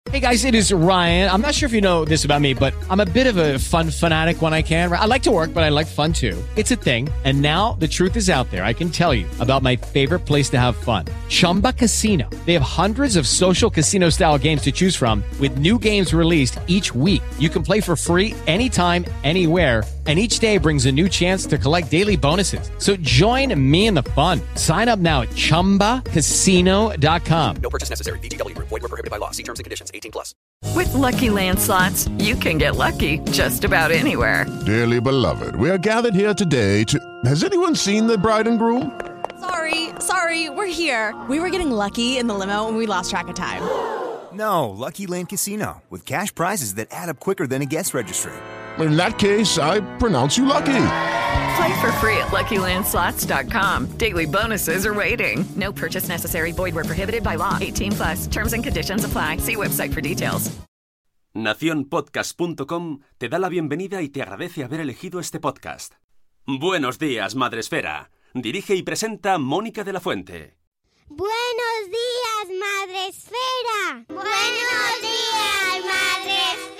Hey guys, it is Ryan. I'm not sure if you know this about me, but I'm a bit of a fun fanatic when I can. I like to work, but I like fun too. It's a thing. And now the truth is out there. I can tell you about my favorite place to have fun. Chumba Casino. They have hundreds of social casino style games to choose from with new games released each week. You can play for free anytime, anywhere. And each day brings a new chance to collect daily bonuses. So join me in the fun. Sign up now at ChumbaCasino.com. No purchase necessary. VGW. Void were prohibited by law. See terms and conditions. 18+. With Lucky Land Slots, you can get lucky just about anywhere. Dearly beloved, we are gathered here today to... Has anyone seen the bride and groom? Sorry, we're here. We were getting lucky in the limo and we lost track of time. No, Lucky Land Casino, with cash prizes that add up quicker than a guest registry. In that case, I pronounce you lucky. Play for free at LuckyLandSlots.com. Daily bonuses are waiting. No purchase necessary. Void where prohibited by law. 18+. Terms and conditions apply. See website for details. Nacionpodcast.com te da la bienvenida y te agradece haber elegido este podcast. Buenos días, Madresfera. Dirige y presenta Mónica de la Fuente. Buenos días, Madresfera. Buenos días, Madresfera.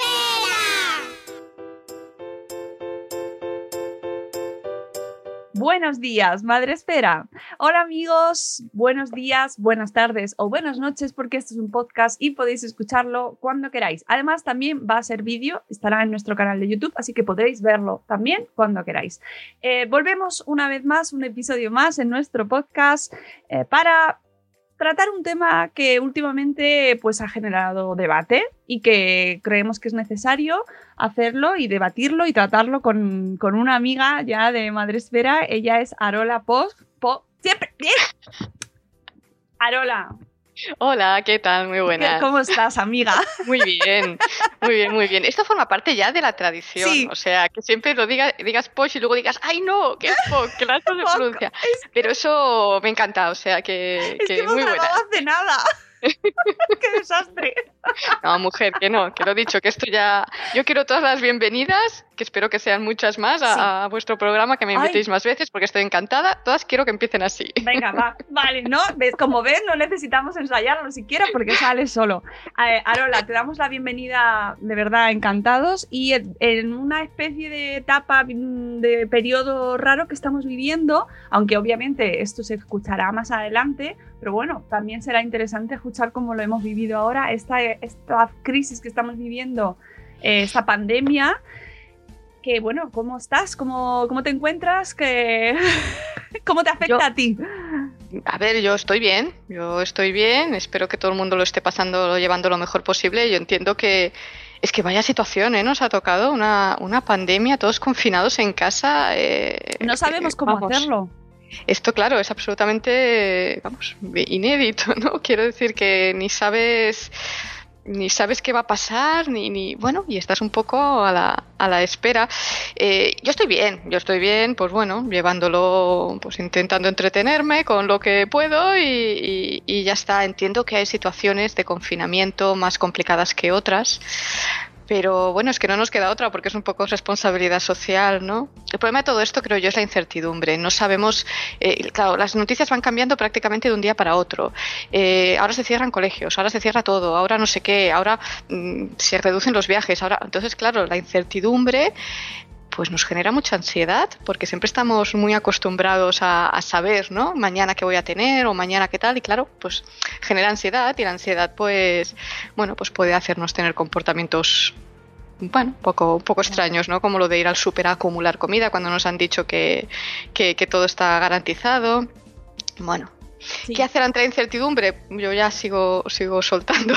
Buenos días, Madresfera. Hola amigos, buenos días, buenas tardes o buenas noches, porque esto es un podcast y podéis escucharlo cuando queráis. Además, también va a ser vídeo, estará en nuestro canal de YouTube, así que podréis verlo también cuando queráis. Volvemos una vez más, un episodio más en nuestro podcast para tratar un tema que últimamente pues, ha generado debate y que creemos que es necesario hacerlo y debatirlo y tratarlo con una amiga ya de Madresfera. Ella es Arola siempre bien. Arola. Hola, ¿qué tal? Muy buenas. ¿Cómo estás, amiga? Muy bien, muy bien, muy bien. Esto forma parte ya de la tradición, sí. O sea, que siempre lo digas posh y luego digas, ¡ay no! ¡Qué posh! ¡Que la se pronuncia! Pero eso me encanta, o sea, que muy buena. No hace nada. ¡Qué desastre! No, mujer, que no, que lo he dicho, que esto ya... Yo quiero todas las bienvenidas, que espero que sean muchas más a vuestro programa, que me invitéis más veces, porque estoy encantada. Todas quiero que empiecen así. Venga, va, vale, ¿no? Como ves, no necesitamos ensayarlo siquiera porque sale solo. Arola, te damos la bienvenida, de verdad, encantados, y en una especie de etapa, de periodo raro que estamos viviendo, aunque obviamente esto se escuchará más adelante, pero bueno, también será interesante escuchar cómo lo hemos vivido ahora, esta crisis que estamos viviendo, esta pandemia. Que bueno, ¿cómo estás? ¿Cómo te encuentras? ¿Cómo te afecta a ti? A ver, yo estoy bien, espero que todo el mundo lo esté llevando lo mejor posible. Yo entiendo que es que vaya situación, nos ha tocado una pandemia, todos confinados en casa. No sabemos cómo hacerlo. Esto, claro, es absolutamente, inédito, ¿no? Quiero decir que ni sabes qué va a pasar, bueno, y estás un poco a la espera. Yo estoy bien, pues bueno, llevándolo, pues intentando entretenerme con lo que puedo y ya está. Entiendo que hay situaciones de confinamiento más complicadas que otras, pero bueno, es que no nos queda otra porque es un poco responsabilidad social, ¿no? El problema de todo esto, creo yo, es la incertidumbre. No sabemos, claro, las noticias van cambiando prácticamente de un día para otro. Ahora se cierran colegios, ahora se cierra todo, ahora no sé qué, ahora se reducen los viajes, entonces, claro, la incertidumbre pues nos genera mucha ansiedad, porque siempre estamos muy acostumbrados a saber, ¿no? Mañana qué voy a tener o mañana qué tal, y claro, pues genera ansiedad, y la ansiedad pues, bueno, pues puede hacernos tener comportamientos, bueno, poco extraños, ¿no? Como lo de ir al súper a acumular comida cuando nos han dicho que todo está garantizado. Bueno, sí. ¿Qué hacer ante la incertidumbre? Yo ya sigo soltando.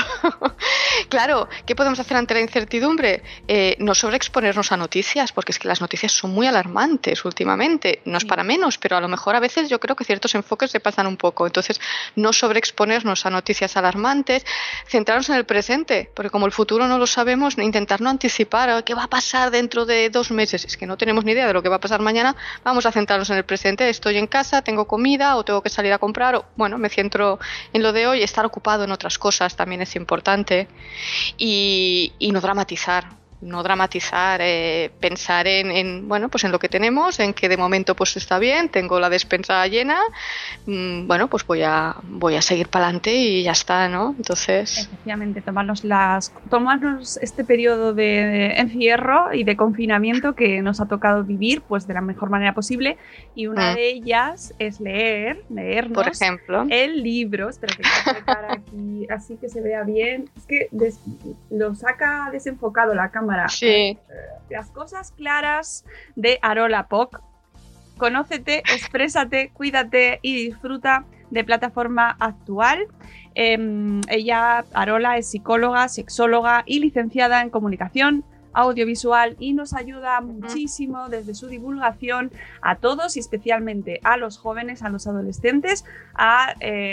Claro, ¿qué podemos hacer ante la incertidumbre? No sobreexponernos a noticias, porque es que las noticias son muy alarmantes últimamente. No es para menos, pero a lo mejor a veces yo creo que ciertos enfoques se pasan un poco. Entonces, no sobreexponernos a noticias alarmantes, centrarnos en el presente, porque como el futuro no lo sabemos, intentar no anticipar qué va a pasar dentro de 2 meses. Es que no tenemos ni idea de lo que va a pasar mañana. Vamos a centrarnos en el presente. Estoy en casa, tengo comida o tengo que salir a comprar. Bueno, me centro en lo de hoy. Estar ocupado en otras cosas también es importante. Y no dramatizar. no dramatizar, pensar en lo que tenemos, en que de momento pues está bien, tengo la despensa llena, bueno, pues voy a seguir para adelante y ya está, ¿no? Entonces... Efectivamente, tomarnos este periodo de encierro y de confinamiento que nos ha tocado vivir pues de la mejor manera posible, y una de ellas es leernos, por ejemplo, el libro. Espera que voy a acercar aquí así que se vea bien. Es que lo saca desenfocado la cámara. Sí. Las cosas claras de Arola Poc. Conócete, exprésate, cuídate y disfruta, de Plataforma Actual. Ella, Arola, es psicóloga, sexóloga y licenciada en comunicación audiovisual, y nos ayuda muchísimo desde su divulgación a todos y especialmente a los jóvenes, a los adolescentes, a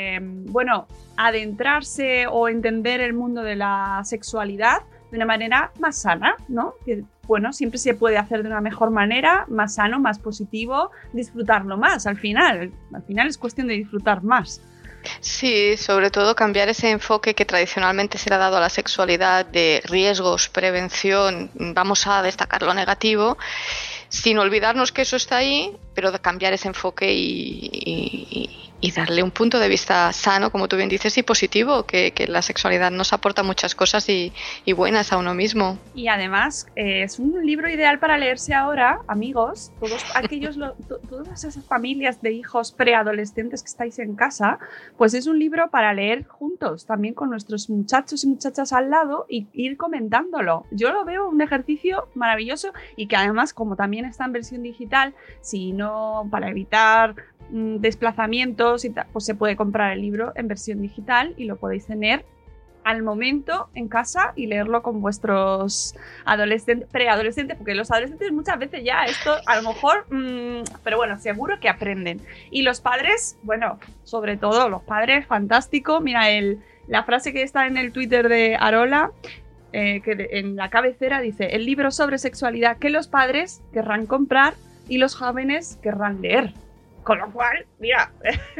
adentrarse o entender el mundo de la sexualidad de una manera más sana, ¿no? Que, bueno, siempre se puede hacer de una mejor manera, más sano, más positivo, disfrutarlo más al final. Al final es cuestión de disfrutar más. Sí, sobre todo cambiar ese enfoque que tradicionalmente se le ha dado a la sexualidad de riesgos, prevención, vamos a destacar lo negativo, sin olvidarnos que eso está ahí, pero de cambiar ese enfoque y darle un punto de vista sano, como tú bien dices, y positivo, que la sexualidad nos aporta muchas cosas y buenas a uno mismo. Y además es un libro ideal para leerse ahora, amigos, todas esas familias de hijos preadolescentes que estáis en casa, pues es un libro para leer juntos, también con nuestros muchachos y muchachas al lado, y ir comentándolo. Yo lo veo un ejercicio maravilloso, y que además, como también está en versión digital, si no, para evitar desplazamientos y tal, pues se puede comprar el libro en versión digital y lo podéis tener al momento en casa y leerlo con vuestros preadolescentes, porque los adolescentes muchas veces ya esto a lo mejor, pero bueno, seguro que aprenden. Y los padres, bueno, sobre todo los padres, fantástico. Mira, la frase que está en el Twitter de Arola, que en la cabecera dice: el libro sobre sexualidad que los padres querrán comprar y los jóvenes querrán leer. Con lo cual, mira,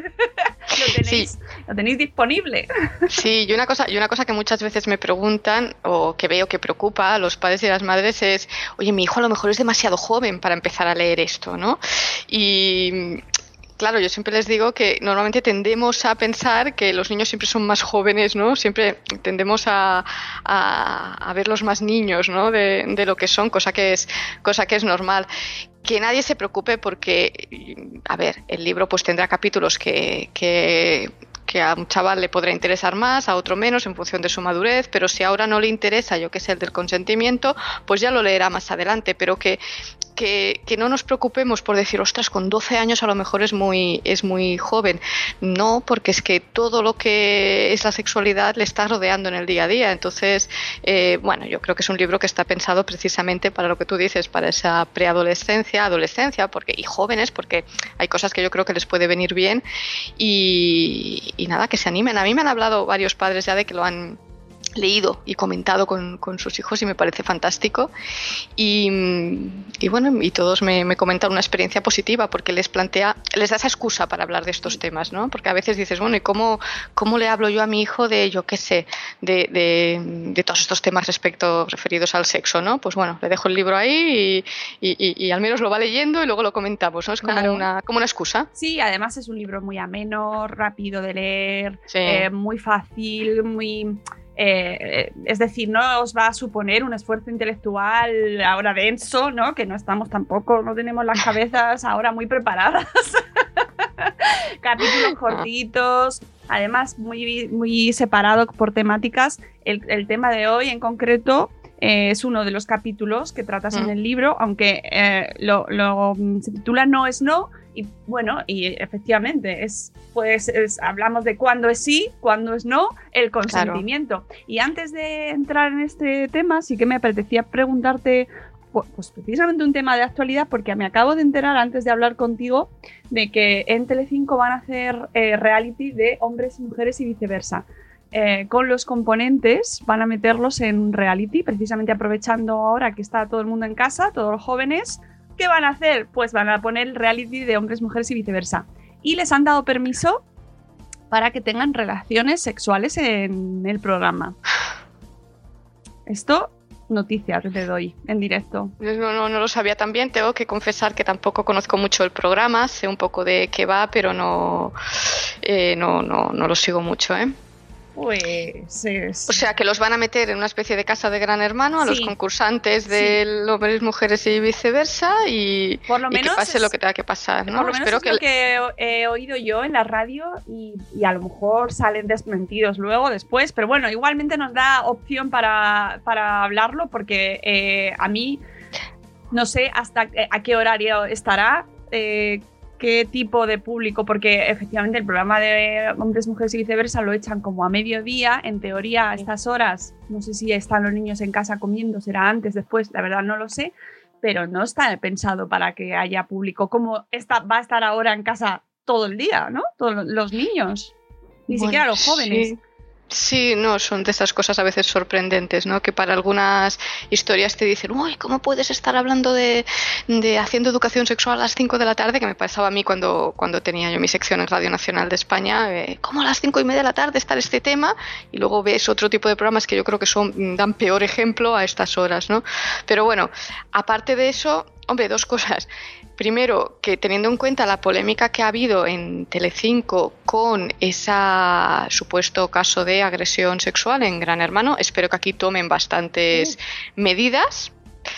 lo tenéis disponible. Sí, y una cosa que muchas veces me preguntan, o que veo que preocupa a los padres y a las madres, es: oye, mi hijo a lo mejor es demasiado joven para empezar a leer esto, ¿no? Y claro, yo siempre les digo que normalmente tendemos a pensar que los niños siempre son más jóvenes, ¿no? Siempre tendemos a verlos más niños, ¿no? De lo que son, cosa que es normal. Que nadie se preocupe porque, a ver, el libro pues tendrá capítulos que a un chaval le podrá interesar más, a otro menos, en función de su madurez, pero si ahora no le interesa, yo que sé, el del consentimiento, pues ya lo leerá más adelante, pero que no nos preocupemos por decir: ostras, con 12 años a lo mejor es muy joven. No, porque es que todo lo que es la sexualidad le está rodeando en el día a día. Entonces, yo creo que es un libro que está pensado precisamente para lo que tú dices, para esa preadolescencia, adolescencia, y jóvenes, porque hay cosas que yo creo que les puede venir bien, y nada, que se animen. A mí me han hablado varios padres ya de que lo han leído y comentado con sus hijos, y me parece fantástico, y bueno, y todos me comentan una experiencia positiva, porque les da esa excusa para hablar de estos temas, ¿no? Porque a veces dices, bueno, ¿y cómo le hablo yo a mi hijo de, yo qué sé, de todos estos temas referidos al sexo, ¿no? Pues bueno, le dejo el libro ahí y al menos lo va leyendo y luego lo comentamos, ¿no? Es como, claro, como una excusa. Sí, además es un libro muy ameno, rápido de leer, sí, muy fácil, muy... es decir, no os va a suponer un esfuerzo intelectual ahora denso, ¿no? Que no tenemos las cabezas ahora muy preparadas. Capítulos cortitos, además muy separado por temáticas. El tema de hoy en concreto es uno de los capítulos que tratas en el libro, aunque se titula No es no. Y bueno, y efectivamente hablamos de cuándo es sí, cuándo es no, el consentimiento. Claro. Y antes de entrar en este tema, sí que me apetecía preguntarte, pues precisamente un tema de actualidad, porque me acabo de enterar antes de hablar contigo de que en Telecinco van a hacer reality de hombres y mujeres y viceversa. Con los componentes van a meterlos en reality, precisamente aprovechando ahora que está todo el mundo en casa, todos los jóvenes. ¿Qué van a hacer? Pues van a poner el reality de hombres, mujeres y viceversa. Y les han dado permiso para que tengan relaciones sexuales en el programa. Esto noticia que te doy en directo. No lo sabía también. Tengo que confesar que tampoco conozco mucho el programa, sé un poco de qué va, pero no lo sigo mucho, ¿eh? Pues O sea, que los van a meter en una especie de casa de Gran Hermano a los concursantes de hombres, mujeres y viceversa y, por lo menos que pase lo que tenga que pasar, ¿no? Por lo menos es lo que he oído yo en la radio y a lo mejor salen desmentidos luego, después, pero bueno, igualmente nos da opción para hablarlo porque a mí no sé hasta a qué horario estará, qué tipo de público, porque efectivamente el programa de hombres, mujeres y viceversa lo echan como a mediodía, en teoría a estas horas, no sé si están los niños en casa comiendo, será antes, después, la verdad no lo sé, pero no está pensado para que haya público, como va a estar ahora en casa todo el día, ¿no? Todos los niños, ni siquiera los jóvenes. Sí, no, son de esas cosas a veces sorprendentes, ¿no? Que para algunas historias te dicen, uy, ¿cómo puedes estar hablando de haciendo educación sexual a las 5 de la tarde? Que me pasaba a mí cuando tenía yo mi sección en Radio Nacional de España, ¿cómo a las 5:30 de la tarde está este tema? Y luego ves otro tipo de programas que yo creo que dan peor ejemplo a estas horas, ¿no? Pero bueno, aparte de eso, hombre, dos cosas. Primero, que teniendo en cuenta la polémica que ha habido en Telecinco con ese supuesto caso de agresión sexual en Gran Hermano, espero que aquí tomen bastantes medidas.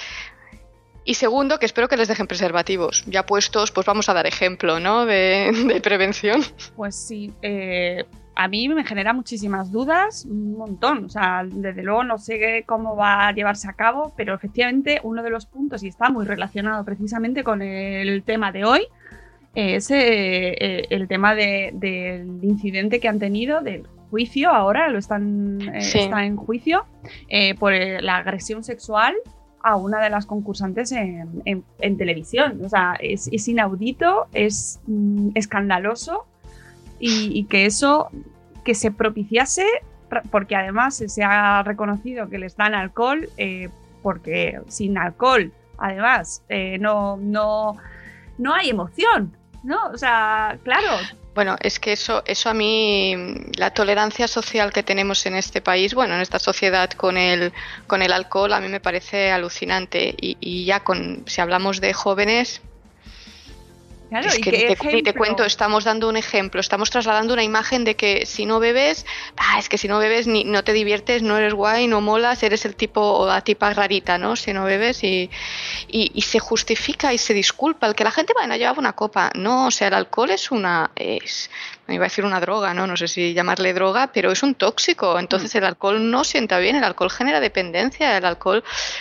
Y segundo, que espero que les dejen preservativos. Ya puestos, pues vamos a dar ejemplo, ¿no? de prevención. Pues sí, a mí me genera muchísimas dudas, un montón. O sea, desde luego no sé cómo va a llevarse a cabo, pero efectivamente uno de los puntos, y está muy relacionado precisamente con el tema de hoy, es el tema del incidente que han tenido, del juicio, ahora está en juicio, por la agresión sexual a una de las concursantes en televisión. O sea, es inaudito, es escandaloso. Y que eso, que se propiciase, porque además se ha reconocido que les dan alcohol, porque sin alcohol, además, no hay emoción, ¿no? O sea, claro. Bueno, es que eso a mí, la tolerancia social que tenemos en este país, bueno, en esta sociedad con el alcohol, a mí me parece alucinante. Y ya si hablamos de jóvenes... Claro, es que ni te cuento, estamos dando un ejemplo, estamos trasladando una imagen de que si no bebes, es que si no bebes no te diviertes, no eres guay, no molas, eres el tipo o la tipa rarita, ¿no? Si no bebes y se justifica y se disculpa el que la gente, bueno, llevaba una copa. No, o sea, el alcohol iba a decir una droga, no sé si llamarle droga, pero es un tóxico, entonces el alcohol no sienta bien, el alcohol genera dependencia, el alcohol,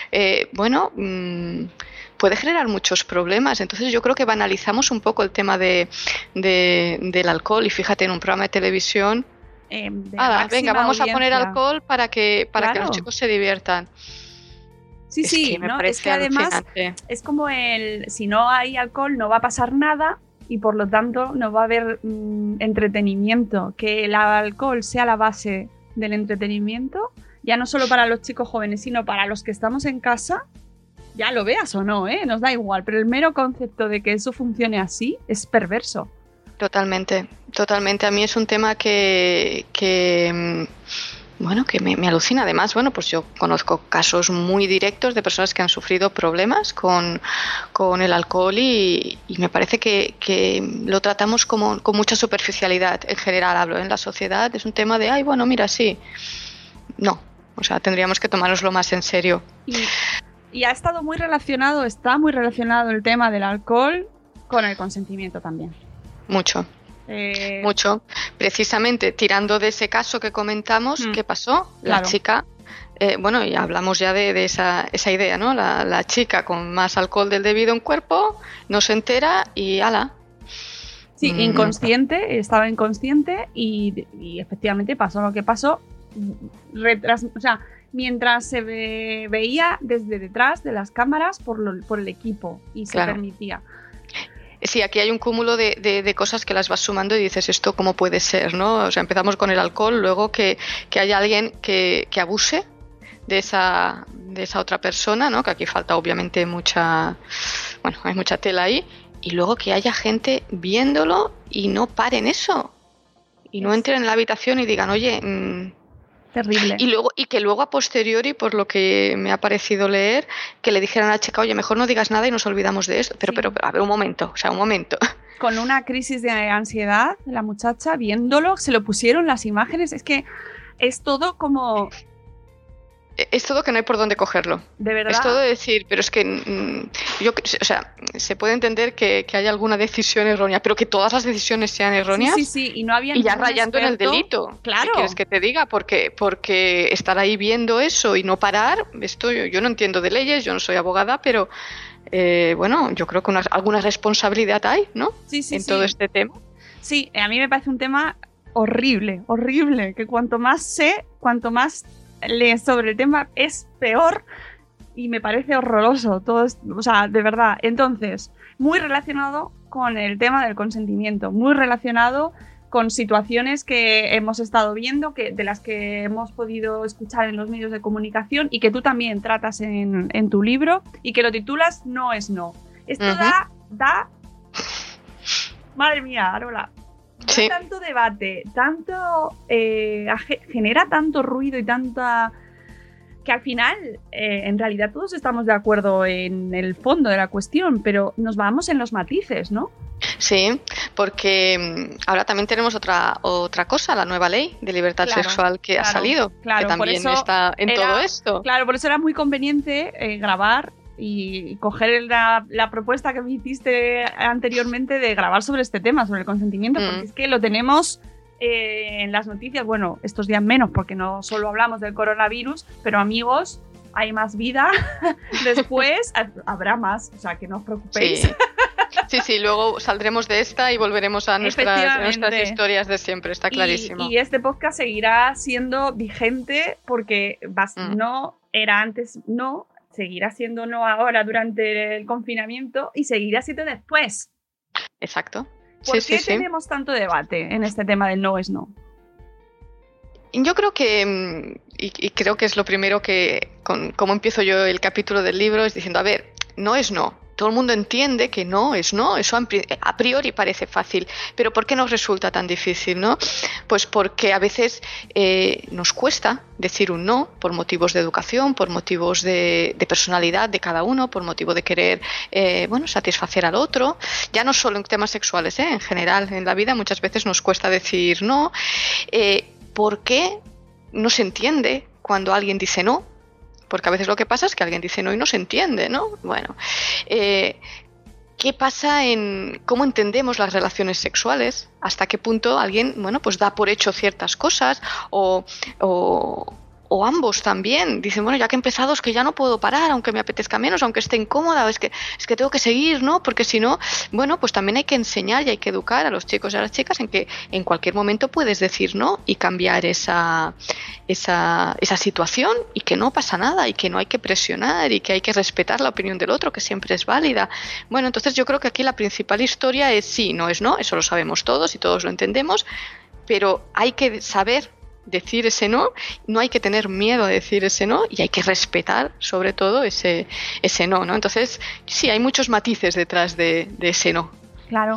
puede generar muchos problemas. Entonces yo creo que banalizamos un poco el tema del alcohol y fíjate, en un programa de televisión venga, vamos a poner alcohol para que los chicos se diviertan. Sí, es que además es como si no hay alcohol no va a pasar nada y por lo tanto no va a haber entretenimiento. Que el alcohol sea la base del entretenimiento, ya no solo para los chicos jóvenes, sino para los que estamos en casa, ya lo veas o no, nos da igual, pero el mero concepto de que eso funcione así es perverso. Totalmente. A mí es un tema que me alucina. Además, bueno, pues yo conozco casos muy directos de personas que han sufrido problemas con el alcohol y me parece que lo tratamos con mucha superficialidad. En general hablo, en la sociedad es un tema de, mira, sí. No, o sea, tendríamos que tomárnoslo más en serio. Y está muy relacionado el tema del alcohol con el consentimiento también. Mucho. Precisamente tirando de ese caso que comentamos, ¿qué pasó? La chica, y hablamos ya de esa idea, ¿no? La chica con más alcohol del debido en cuerpo no se entera y ¡ala! Sí, estaba inconsciente y efectivamente pasó lo que pasó. Mientras se veía desde detrás de las cámaras por el equipo y se permitía. Sí, aquí hay un cúmulo de cosas que las vas sumando y dices, ¿esto cómo puede ser, no? O sea, empezamos con el alcohol, luego que haya alguien que abuse de esa otra persona, ¿no? Que aquí falta obviamente hay mucha tela ahí, y luego que haya gente viéndolo y no paren eso, y no entren en la habitación y digan, oye, Terrible. Y que luego a posteriori, por lo que me ha parecido leer, que le dijeran a la chica, oye, mejor no digas nada y nos olvidamos de esto. Pero a ver, un momento. Con una crisis de ansiedad, la muchacha, viéndolo, se lo pusieron las imágenes, es que es todo como... Es todo que no hay por dónde cogerlo. De verdad. Es todo decir, pero es que se puede entender que haya alguna decisión errónea, pero que todas las decisiones sean erróneas. Sí, y no había y ya rayando en el delito. Claro. ¿Qué quieres que te diga? Porque estar ahí viendo eso y no parar, esto yo no entiendo de leyes, yo no soy abogada, pero yo creo que alguna responsabilidad hay, ¿no? En todo este tema. Sí, a mí me parece un tema horrible, que cuanto más sé, cuanto más lees sobre el tema es peor y me parece horroroso todo esto, o sea, de verdad. Entonces, muy relacionado con el tema del consentimiento, muy relacionado con situaciones que hemos estado viendo, de las que hemos podido escuchar en los medios de comunicación y que tú también tratas en tu libro y que lo titulas No es no. Esto da madre mía, Arola. Sí. Tanto debate, genera tanto ruido y tanta... que al final, en realidad todos estamos de acuerdo en el fondo de la cuestión, pero nos vamos en los matices, ¿no? Sí, porque ahora también tenemos otra cosa, la nueva ley de libertad sexual que ha salido, que también está en todo esto. Claro, por eso era muy conveniente grabar y coger la propuesta que me hiciste anteriormente de grabar sobre este tema, sobre el consentimiento, porque es que lo tenemos en las noticias, bueno, estos días menos porque no solo hablamos del coronavirus, pero amigos, hay más vida, después habrá más, o sea, que no os preocupéis. Sí, luego saldremos de esta y volveremos a nuestras historias de siempre, está clarísimo. Y este podcast seguirá siendo vigente porque no era antes, no, seguirá siendo no ahora durante el confinamiento y seguirá siendo después. Exacto. ¿Por qué tenemos tanto debate en este tema del no es no? Yo creo que, y creo que es lo primero como empiezo yo el capítulo del libro, es diciendo, a ver, no es no. Todo el mundo entiende que no es no, eso a priori parece fácil, pero ¿por qué nos resulta tan difícil, no? Pues porque a veces nos cuesta decir un no por motivos de educación, por motivos de personalidad de cada uno, por motivo de querer satisfacer al otro, ya no solo en temas sexuales, en general en la vida muchas veces nos cuesta decir no. ¿Por qué no se entiende cuando alguien dice no? Porque a veces lo que pasa es que alguien dice no y no se entiende, ¿no? Bueno, ¿qué pasa en cómo entendemos las relaciones sexuales? ¿Hasta qué punto alguien, pues da por hecho ciertas cosas o ambos también dicen, bueno, ya que he empezado es que ya no puedo parar, aunque me apetezca menos, aunque esté incómoda, es que tengo que seguir, ¿no? Porque si no, pues también hay que enseñar y hay que educar a los chicos y a las chicas en que en cualquier momento puedes decir no y cambiar esa situación y que no pasa nada y que no hay que presionar y que hay que respetar la opinión del otro, que siempre es válida. Bueno, entonces yo creo que aquí la principal historia es sí, no es no, eso lo sabemos todos y todos lo entendemos, pero hay que saber decir ese no hay que tener miedo a decir ese no y hay que respetar sobre todo ese no, ¿no? Entonces sí, hay muchos matices detrás de ese no. Claro,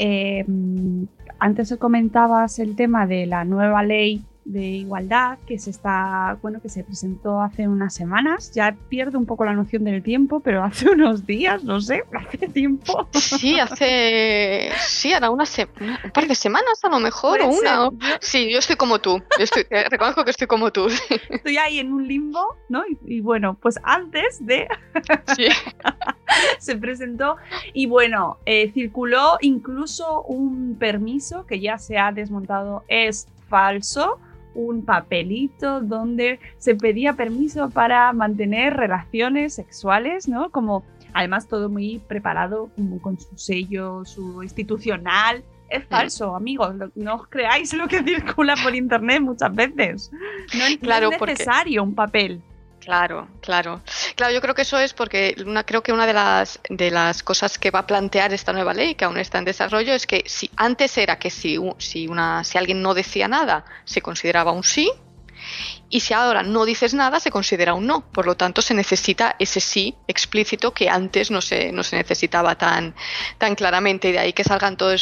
antes comentabas el tema de la nueva ley de igualdad que se presentó hace unas semanas. Ya pierdo un poco la noción del tiempo, pero hace unos días, no sé, hace tiempo. Sí, hará un par de semanas a lo mejor, o una. Sí, yo estoy como tú. Reconozco que estoy como tú. Estoy ahí en un limbo, ¿no? Y bueno, pues antes de sí. se presentó y bueno, circuló incluso un permiso que ya se ha desmontado, es falso, un papelito donde se pedía permiso para mantener relaciones sexuales, ¿no? Como además todo muy preparado, como con su sello, su institucional. Es falso, amigos, no os creáis lo que circula por internet muchas veces. No es necesario un papel. Claro, yo creo que eso es porque creo que una de las cosas que va a plantear esta nueva ley, que aún está en desarrollo, es que si antes era que si alguien no decía nada se consideraba un sí, y si ahora no dices nada se considera un no. Por lo tanto se necesita ese sí explícito que antes no se necesitaba tan claramente, y de ahí que salgan todos esos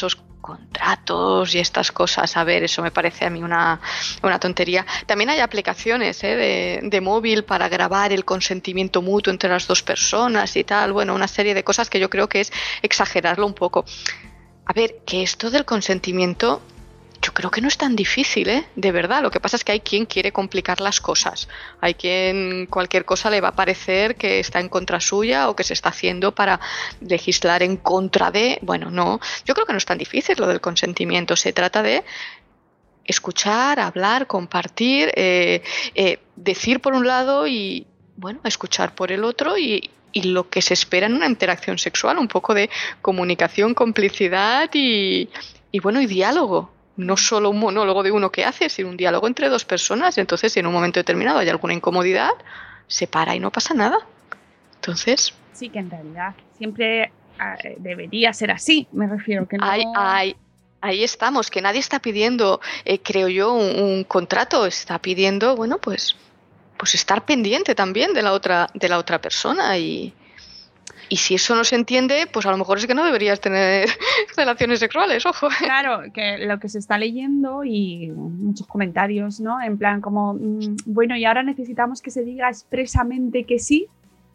contratos y estas cosas. A ver, eso me parece a mí una tontería. También hay aplicaciones de móvil para grabar el consentimiento mutuo entre las dos personas y tal. Bueno, una serie de cosas que yo creo que es exagerarlo un poco. A ver, que esto del consentimiento yo creo que no es tan difícil, de verdad. Lo que pasa es que hay quien quiere complicar las cosas. Hay quien cualquier cosa le va a parecer que está en contra suya o que se está haciendo para legislar en contra de... Bueno, no. Yo creo que no es tan difícil lo del consentimiento. Se trata de escuchar, hablar, compartir, decir por un lado y, bueno, escuchar por el otro y lo que se espera en una interacción sexual. Un poco de comunicación, complicidad y bueno, y diálogo. No solo un monólogo de uno que hace, sino un diálogo entre dos personas. Entonces, si en un momento determinado hay alguna incomodidad, se para y no pasa nada. Entonces... Sí, que en realidad siempre debería ser así, me refiero. Que no... Ahí estamos, que nadie está pidiendo, creo yo, un contrato. Está pidiendo, bueno, pues estar pendiente también de la otra persona y si eso no se entiende, pues a lo mejor es que no deberías tener relaciones sexuales, ojo. Claro, que lo que se está leyendo y muchos comentarios, ¿no? En plan como, bueno, y ahora necesitamos que se diga expresamente que sí.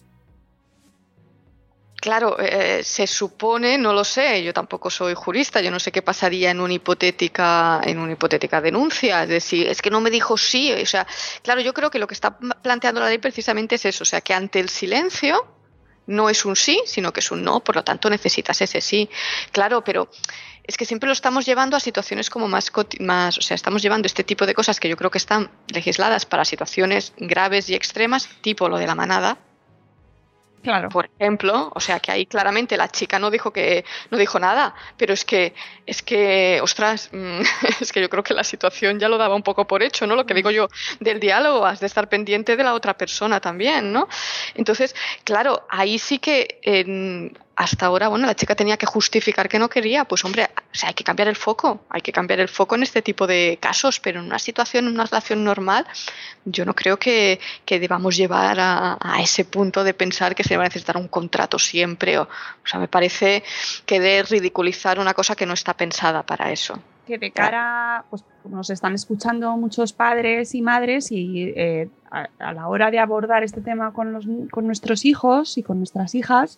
Claro, se supone, no lo sé, yo tampoco soy jurista, yo no sé qué pasaría en una hipotética denuncia, es decir, es que no me dijo sí, o sea, claro, yo creo que lo que está planteando la ley precisamente es eso, o sea, que ante el silencio no es un sí, sino que es un no, por lo tanto necesitas ese sí. Claro, pero es que siempre lo estamos llevando a situaciones como más, o sea, estamos llevando este tipo de cosas que yo creo que están legisladas para situaciones graves y extremas, tipo lo de la manada. Claro. Por ejemplo, o sea que ahí claramente la chica no dijo nada, pero es que, ostras, es que yo creo que la situación ya lo daba un poco por hecho, ¿no? Lo que digo yo del diálogo, has de estar pendiente de la otra persona también, ¿no? Entonces, claro, ahí sí que hasta ahora, bueno, la chica tenía que justificar que no quería, pues hombre, o sea, hay que cambiar el foco en este tipo de casos, pero en una situación, en una relación normal, yo no creo que debamos llevar a ese punto de pensar que se va a necesitar un contrato siempre, o sea, me parece que de ridiculizar una cosa que no está pensada para eso. Que de cara, pues nos están escuchando muchos padres y madres y a la hora de abordar este tema con nuestros hijos y con nuestras hijas,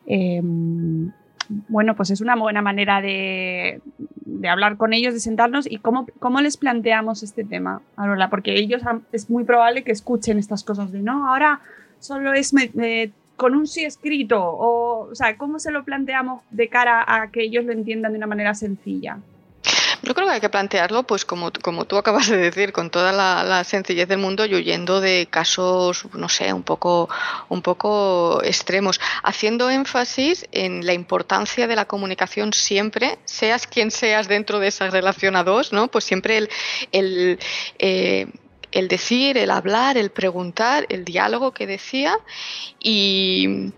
bueno, pues es una buena manera de hablar con ellos, de sentarnos y cómo les planteamos este tema, Arola, porque ellos es muy probable que escuchen estas cosas de no, ahora solo es con un sí escrito, o sea, ¿cómo se lo planteamos de cara a que ellos lo entiendan de una manera sencilla? Yo creo que hay que plantearlo, pues como tú acabas de decir, con toda la sencillez del mundo y huyendo de casos, no sé, un poco extremos, haciendo énfasis en la importancia de la comunicación siempre, seas quien seas dentro de esa relación a dos, ¿no? Pues siempre el decir, el hablar, el preguntar, el diálogo que decía y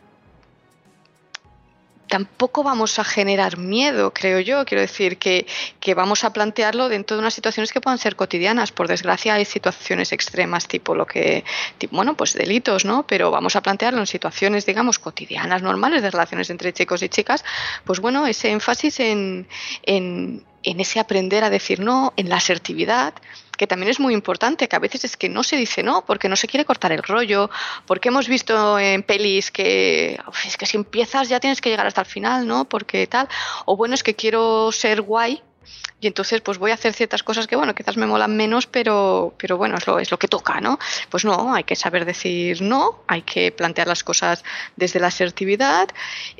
tampoco vamos a generar miedo, creo yo. Quiero decir que vamos a plantearlo dentro de unas situaciones que puedan ser cotidianas. Por desgracia hay situaciones extremas bueno, pues delitos, ¿no? Pero vamos a plantearlo en situaciones, digamos, cotidianas, normales, de relaciones entre chicos y chicas. Pues bueno, ese énfasis en ese aprender a decir no, en la asertividad, que también es muy importante, que a veces es que no se dice no porque no se quiere cortar el rollo, porque hemos visto en pelis que es que si empiezas ya tienes que llegar hasta el final, ¿no? Porque tal, o bueno, es que quiero ser guay y entonces pues voy a hacer ciertas cosas que bueno, quizás me molan menos, pero bueno, es lo que toca, ¿no? Pues no, hay que saber decir no, hay que plantear las cosas desde la asertividad,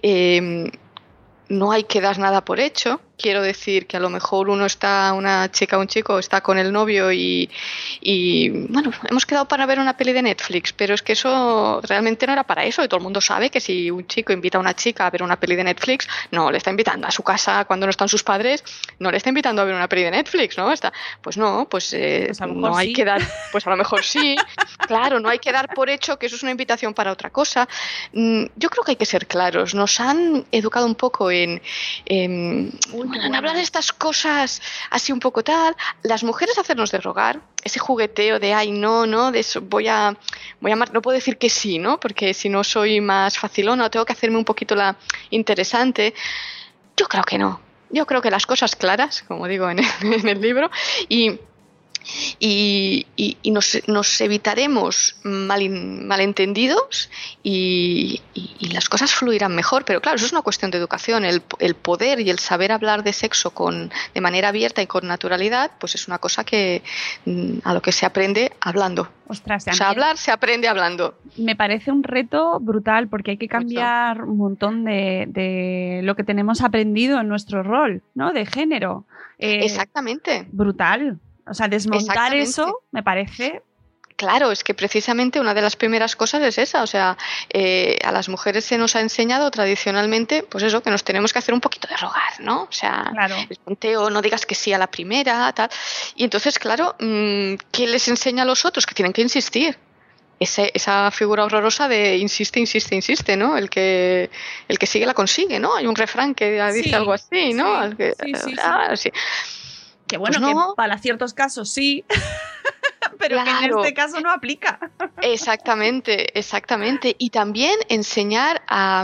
no hay que dar nada por hecho. Quiero decir que a lo mejor una chica o un chico está con el novio y bueno, hemos quedado para ver una peli de Netflix, pero es que eso realmente no era para eso y todo el mundo sabe que si un chico invita a una chica a ver una peli de Netflix, no le está invitando a su casa cuando no están sus padres, no le está invitando a ver una peli de Netflix, ¿no? Pues no, pues no hay que dar, pues a lo mejor sí, claro, no hay que dar por hecho que eso es una invitación para otra cosa. Yo creo que hay que ser claros, nos han educado un poco en hablar de estas cosas así un poco tal, las mujeres hacernos de rogar, ese jugueteo de ay no, de eso voy a amar, no puedo decir que sí, ¿no? Porque si no soy más facilona o tengo que hacerme un poquito la interesante. Yo creo que no. yo creo que las cosas claras, como digo en el libro, y nos evitaremos malentendidos y las cosas fluirán mejor. Pero claro, eso es una cuestión de educación. El poder y el saber hablar de sexo de manera abierta y con naturalidad, pues es una cosa que a lo que se aprende hablando. Ostras, o sea, hablar se aprende hablando. Me parece un reto brutal porque hay que cambiar un montón de lo que tenemos aprendido en nuestro rol, ¿no? De género. Exactamente. Brutal. O sea, desmontar eso me parece... Claro, es que precisamente una de las primeras cosas es esa, o sea, a las mujeres se nos ha enseñado tradicionalmente, pues eso, que nos tenemos que hacer un poquito de rogar, ¿no? O sea, claro. El punteo, no digas que sí a la primera, tal. Y entonces, claro, ¿qué les enseña a los otros? Que tienen que insistir. Esa figura horrorosa de insiste, insiste, insiste, ¿no? El que sigue la consigue, ¿no? Hay un refrán que dice algo así, ¿no? Sí. Que bueno, pues no. Que para ciertos casos sí, pero claro, que en este caso no aplica. Exactamente. Y también enseñar a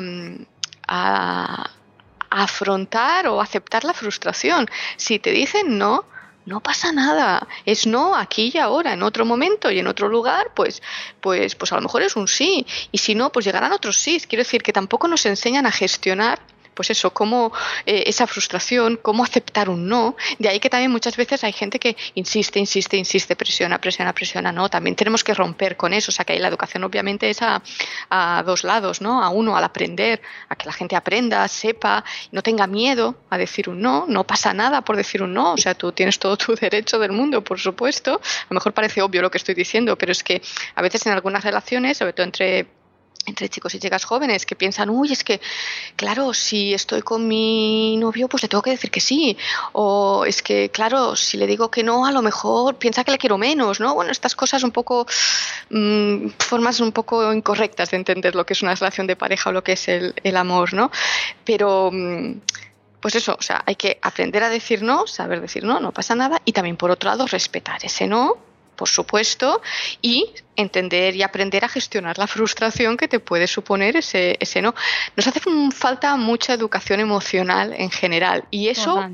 afrontar o aceptar la frustración. Si te dicen no pasa nada, es no aquí y ahora, en otro momento y en otro lugar, pues a lo mejor es un sí, y si no, pues llegarán otros sí. Quiero decir que tampoco nos enseñan a gestionar pues eso, cómo esa frustración, cómo aceptar un no. De ahí que también muchas veces hay gente que insiste, presiona, ¿no? También tenemos que romper con eso. O sea, que la educación obviamente es a dos lados, ¿no? A uno, al aprender, a que la gente aprenda, sepa, no tenga miedo a decir un no pasa nada por decir un no. O sea, tú tienes todo tu derecho del mundo, por supuesto. A lo mejor parece obvio lo que estoy diciendo, pero es que a veces en algunas relaciones, sobre todo entre chicos y chicas jóvenes, que piensan, es que, claro, si estoy con mi novio, pues le tengo que decir que sí. O es que, claro, si le digo que no, a lo mejor piensa que le quiero menos, ¿no? Bueno, estas cosas un poco, formas un poco incorrectas de entender lo que es una relación de pareja o lo que es el amor, ¿no? Pero... pues eso, o sea, hay que aprender a decir no, saber decir no pasa nada, y también, por otro lado, respetar ese no, por supuesto, y entender y aprender a gestionar la frustración que te puede suponer ese no. Nos hace falta mucha educación emocional en general, y eso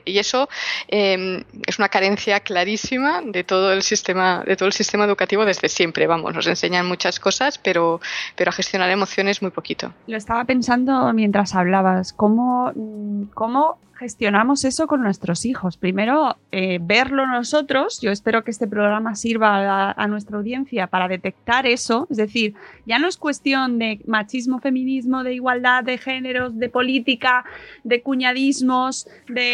es una carencia clarísima de todo el sistema educativo desde siempre. Vamos, nos enseñan muchas cosas, pero a gestionar emociones muy poquito. Lo estaba pensando mientras hablabas, cómo gestionamos eso con nuestros hijos. Primero, verlo nosotros. Yo espero que este programa sirva a nuestra audiencia para detectar eso. Es decir, ya no es cuestión de machismo, feminismo, de igualdad de géneros, de política, de cuñadismos,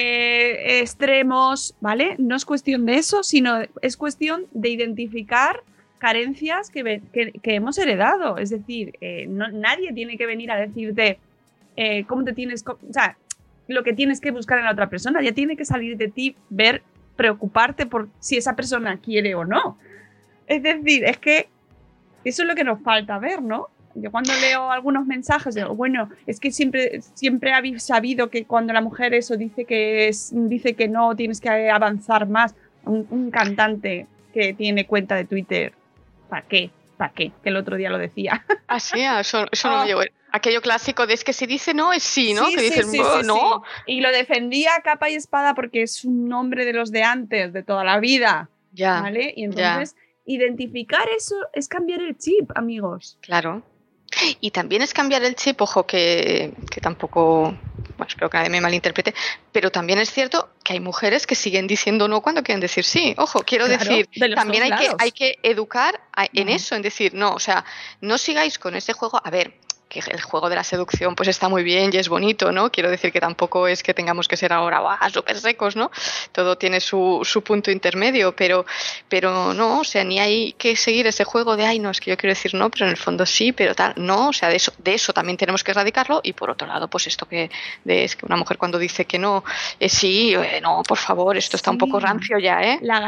de extremos, ¿vale? No es cuestión de eso, sino es cuestión de identificar carencias que hemos heredado. Es decir, nadie tiene que venir a decirte cómo te tienes... O sea, lo que tienes que buscar en la otra persona, ya tiene que salir de ti, preocuparte por si esa persona quiere o no. Es decir, es que eso es lo que nos falta ver, ¿no? Yo cuando leo algunos mensajes digo, bueno, es que siempre habéis sabido que cuando la mujer eso dice que no, tienes que avanzar más. Un cantante que tiene cuenta de Twitter, ¿para qué? Que el otro día lo decía. Ah, sí, eso no me llegó. Aquello clásico de es que si dice no es sí, ¿no? Sí, que dicen, sí, no. Y lo defendía a capa y espada porque es un nombre de los de antes, de toda la vida. Ya. ¿Vale? Y entonces, identificar eso es cambiar el chip, amigos. Claro. Y también es cambiar el chip, ojo, que tampoco, bueno, espero que nadie me malinterprete, pero también es cierto que hay mujeres que siguen diciendo no cuando quieren decir sí. Ojo, quiero decir, también hay que educar en eso, en decir no, o sea, no sigáis con ese juego. A ver, que el juego de la seducción pues está muy bien y es bonito, ¿no? Quiero decir que tampoco es que tengamos que ser ahora súper secos, ¿no? Todo tiene su punto intermedio, pero no, o sea, ni hay que seguir ese juego de, no, es que yo quiero decir no, pero en el fondo sí, pero tal, no, o sea, de eso también tenemos que erradicarlo. Y por otro lado, pues esto es que una mujer cuando dice que no, sí, no, por favor, esto está un poco rancio ya, ¿eh? La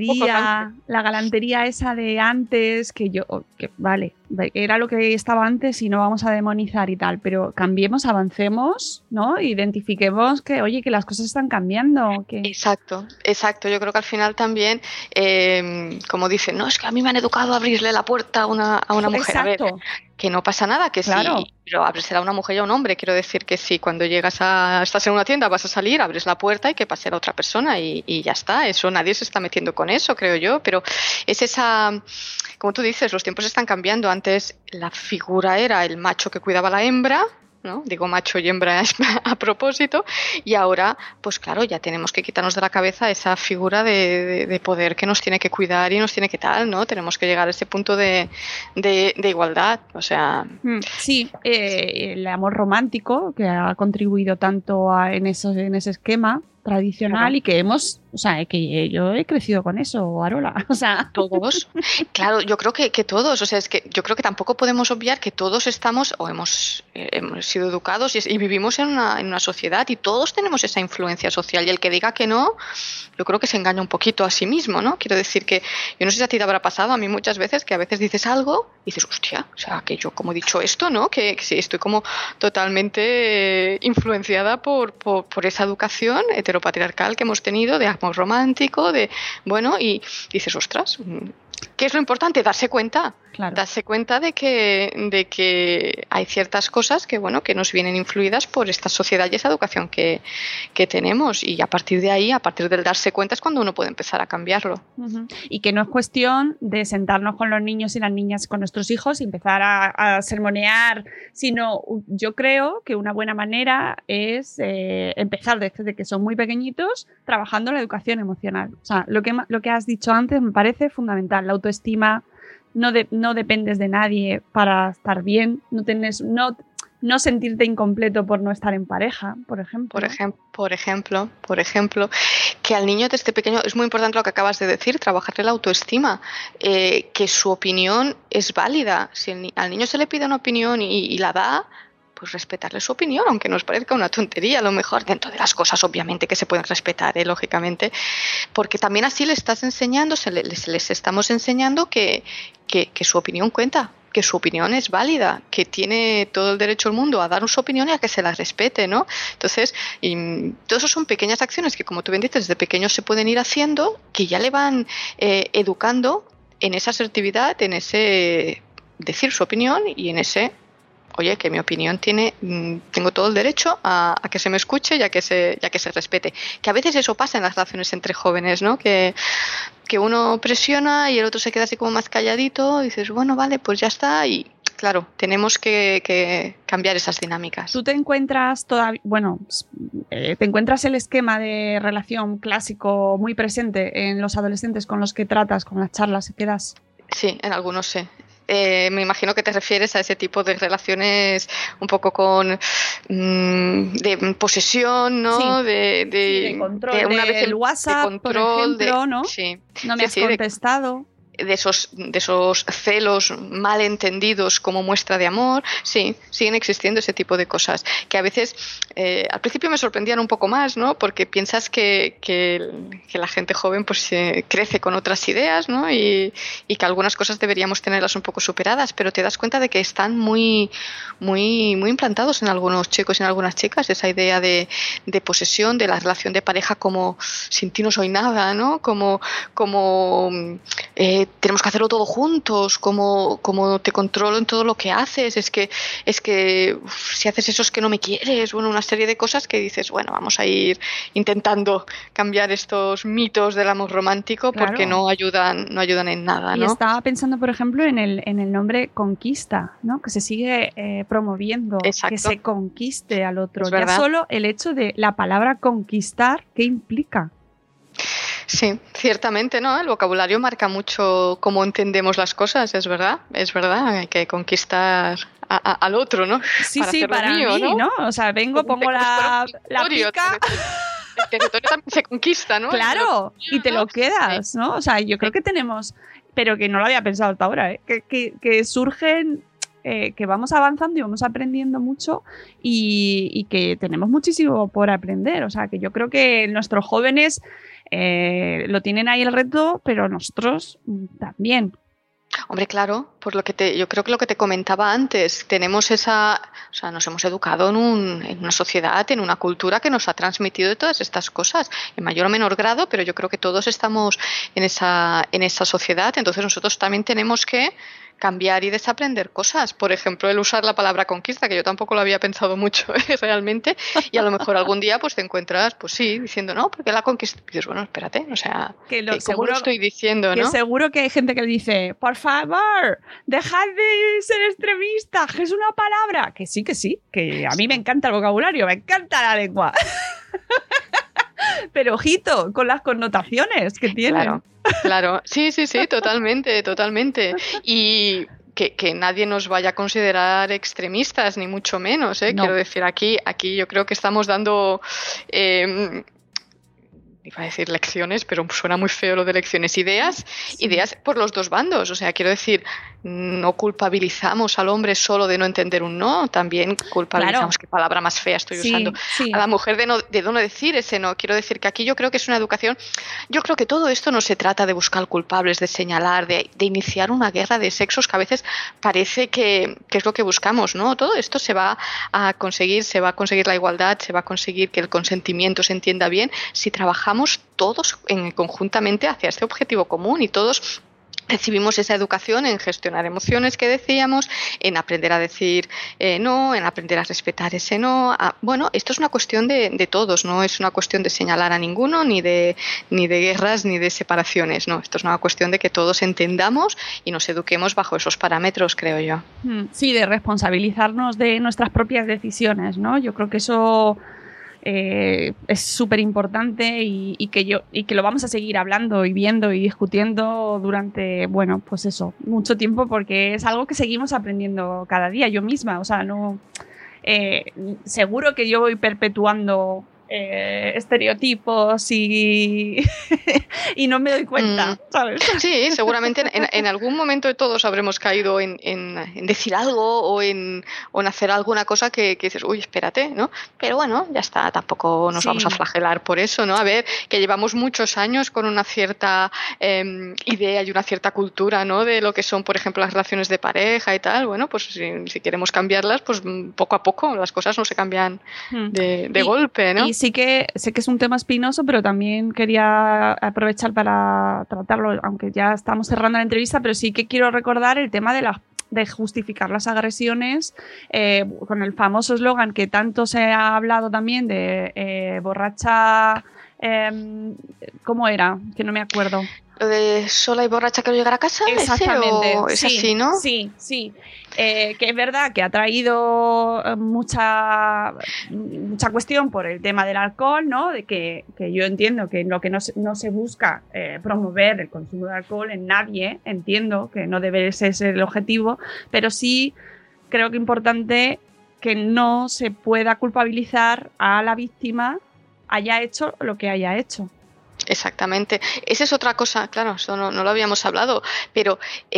galantería esa de antes, que vale, era lo que estaba antes y no vamos a demonizar y tal, pero cambiemos, avancemos, ¿no? Identifiquemos que, oye, que las cosas están cambiando. Que... Exacto. Yo creo que al final también, como dicen, no, es que a mí me han educado a abrirle la puerta a una mujer. Exacto. A ver, que no pasa nada, que claro. sí, pero será una mujer o un hombre, quiero decir que sí, cuando estás en una tienda, vas a salir, abres la puerta y que pase la otra persona y ya está, eso nadie se está metiendo con eso, creo yo, pero es esa, como tú dices, los tiempos están cambiando, antes la figura era el macho que cuidaba a la hembra, ¿no? Digo macho y hembra a propósito, y ahora, pues claro, ya tenemos que quitarnos de la cabeza esa figura de poder que nos tiene que cuidar y nos tiene que tal, ¿no? Tenemos que llegar a ese punto de igualdad, o sea... Sí, el amor romántico, que ha contribuido tanto en ese esquema tradicional, claro. Y que que yo he crecido con eso, Arola, o sea... Todos, claro, yo creo que todos, o sea, es que yo creo que tampoco podemos obviar que todos estamos o hemos sido educados y vivimos en una sociedad y todos tenemos esa influencia social, y el que diga que no, yo creo que se engaña un poquito a sí mismo, ¿no? Quiero decir que, yo no sé si a ti te habrá pasado, a mí muchas veces, que a veces dices algo y dices, hostia, o sea, que yo como he dicho esto, ¿no? Que sí, estoy como totalmente influenciada por esa educación heteropatriarcal que hemos tenido, de amor romántico, y dices, ostras, ¿qué es lo importante? Darse cuenta. Claro. Darse cuenta de que hay ciertas cosas que nos vienen influidas por esta sociedad y esa educación que tenemos, y a partir de ahí, a partir del darse cuenta, es cuando uno puede empezar a cambiarlo. Uh-huh. Y que no es cuestión de sentarnos con los niños y las niñas, con nuestros hijos, y empezar a sermonear, sino yo creo que una buena manera es empezar desde que son muy pequeñitos trabajando la educación emocional. O sea, lo que has dicho antes me parece fundamental, la autoestima. No dependes de nadie para estar bien, no sentirte incompleto por no estar en pareja, por ejemplo. Por ejemplo, que al niño desde pequeño, es muy importante lo que acabas de decir, trabajarle la autoestima, que su opinión es válida. Si al niño se le pide una opinión y la da, pues respetarle su opinión, aunque nos parezca una tontería, a lo mejor dentro de las cosas obviamente que se pueden respetar, lógicamente, porque también así le estás enseñando, les estamos enseñando que su opinión cuenta, que su opinión es válida, que tiene todo el derecho del mundo a dar su opinión y a que se la respete, ¿no? Entonces, todo eso son pequeñas acciones que, como tú bien dices, desde pequeños se pueden ir haciendo, que ya le van educando en esa asertividad, en ese decir su opinión y en ese... Oye, que mi opinión tengo todo el derecho a que se me escuche y a que se respete. Que a veces eso pasa en las relaciones entre jóvenes, ¿no? Que uno presiona y el otro se queda así como más calladito y dices, bueno, vale, pues ya está. Y claro, tenemos que cambiar esas dinámicas. ¿Tú te encuentras te encuentras el esquema de relación clásico muy presente en los adolescentes con los que tratas, con las charlas que das? Sí, en algunos sí. Me imagino que te refieres a ese tipo de relaciones un poco con de posesión, ¿no? Sí. De control, de una vez el WhatsApp, de control, por ejemplo, ¿no? Sí. No me has contestado. De esos celos malentendidos como muestra de amor, sí, siguen existiendo ese tipo de cosas que a veces al principio me sorprendían un poco más, ¿no? Porque piensas que la gente joven pues crece con otras ideas, ¿no? Y que algunas cosas deberíamos tenerlas un poco superadas, pero te das cuenta de que están muy, muy, muy implantados en algunos chicos y en algunas chicas, esa idea de posesión, de la relación de pareja como sin ti no soy nada, ¿no? Como tenemos que hacerlo todo juntos, como te controlo en todo lo que haces, es que si haces eso es que no me quieres, bueno, una serie de cosas que dices, bueno, vamos a ir intentando cambiar estos mitos del amor romántico, claro, porque no ayudan en nada, ¿no? Y estaba pensando, por ejemplo, en el nombre conquista, ¿no? Que se sigue promoviendo. Exacto. Que se conquiste al otro. Ya solo el hecho de la palabra conquistar, ¿qué implica? Sí, ciertamente, ¿no? El vocabulario marca mucho cómo entendemos las cosas, es verdad, hay que conquistar al otro, ¿no? Sí, para mío, mí, ¿no? O sea, pongo la pica... El territorio también se conquista, ¿no? Claro, y te lo quedas, ¿no? O sea, yo creo que tenemos, pero que no lo había pensado hasta ahora, que surgen... que vamos avanzando y vamos aprendiendo mucho y que tenemos muchísimo por aprender. O sea, que yo creo que nuestros jóvenes lo tienen ahí el reto, pero nosotros también. Hombre, claro, por yo creo que lo que te comentaba antes, tenemos nos hemos educado en una sociedad, en una cultura que nos ha transmitido todas estas cosas, en mayor o menor grado, pero yo creo que todos estamos en esa sociedad, entonces nosotros también tenemos que cambiar y desaprender cosas. Por ejemplo, el usar la palabra conquista, que yo tampoco lo había pensado mucho realmente, y a lo mejor algún día pues te encuentras, pues sí, diciendo, no, porque la conquista. Y dices, bueno, espérate, o sea, ¿cómo lo estoy diciendo, que no? Seguro que hay gente que le dice, por favor, dejad de ser extremista, que es una palabra. Que sí, que a mí me encanta el vocabulario, me encanta la lengua. Pero ojito con las connotaciones que tiene. Claro. Sí, totalmente. Y que nadie nos vaya a considerar extremistas, ni mucho menos, ¿eh? No. Quiero decir, aquí yo creo que estamos dando... iba a decir lecciones, pero suena muy feo lo de lecciones. Ideas por los dos bandos. O sea, quiero decir, no culpabilizamos al hombre solo de no entender un no, también culpabilizamos, qué palabra más fea estoy usando, a la mujer de no decir ese no. Quiero decir que aquí yo creo que es una educación, yo creo que todo esto no se trata de buscar culpables, de señalar, de iniciar una guerra de sexos que a veces parece que es lo que buscamos, ¿no? Todo esto se va a conseguir la igualdad, se va a conseguir que el consentimiento se entienda bien si trabajamos todos conjuntamente hacia este objetivo común y todos recibimos esa educación en gestionar emociones que decíamos, en aprender a decir no, en aprender a respetar ese no. Bueno, esto es una cuestión de todos, no es una cuestión de señalar a ninguno, ni de guerras, ni de separaciones, no. Esto es una cuestión de que todos entendamos y nos eduquemos bajo esos parámetros, creo yo. Sí, de responsabilizarnos de nuestras propias decisiones, ¿no? Yo creo que eso... es súper importante y que lo vamos a seguir hablando y viendo y discutiendo durante, bueno, pues eso, mucho tiempo, porque es algo que seguimos aprendiendo cada día, yo misma, o sea, no seguro que yo voy perpetuando estereotipos y no me doy cuenta, ¿sabes? Sí, seguramente en algún momento todos habremos caído en decir algo o en hacer alguna cosa que dices, uy, espérate, ¿no? Pero bueno, ya está, tampoco nos vamos a flagelar por eso, ¿no? A ver, que llevamos muchos años con una cierta idea y una cierta cultura, ¿no? De lo que son, por ejemplo, las relaciones de pareja y tal. Bueno, pues si queremos cambiarlas, pues poco a poco las cosas no se cambian de golpe, ¿no? Sí que sé que es un tema espinoso, pero también quería aprovechar para tratarlo, aunque ya estamos cerrando la entrevista, pero sí que quiero recordar el tema de justificar las agresiones con el famoso eslogan que tanto se ha hablado también de borracha... ¿cómo era? Que no me acuerdo. Lo de sola y borracha que no llegar a casa. Exactamente. ¿Es así, no? Sí. Que es verdad que ha traído mucha cuestión por el tema del alcohol, ¿no? De que yo entiendo que lo que no se busca promover el consumo de alcohol en nadie, entiendo que no debe ser el objetivo, pero sí creo que es importante que no se pueda culpabilizar a la víctima, haya hecho lo que haya hecho. Exactamente. Esa es otra cosa, claro, eso no lo habíamos hablado, pero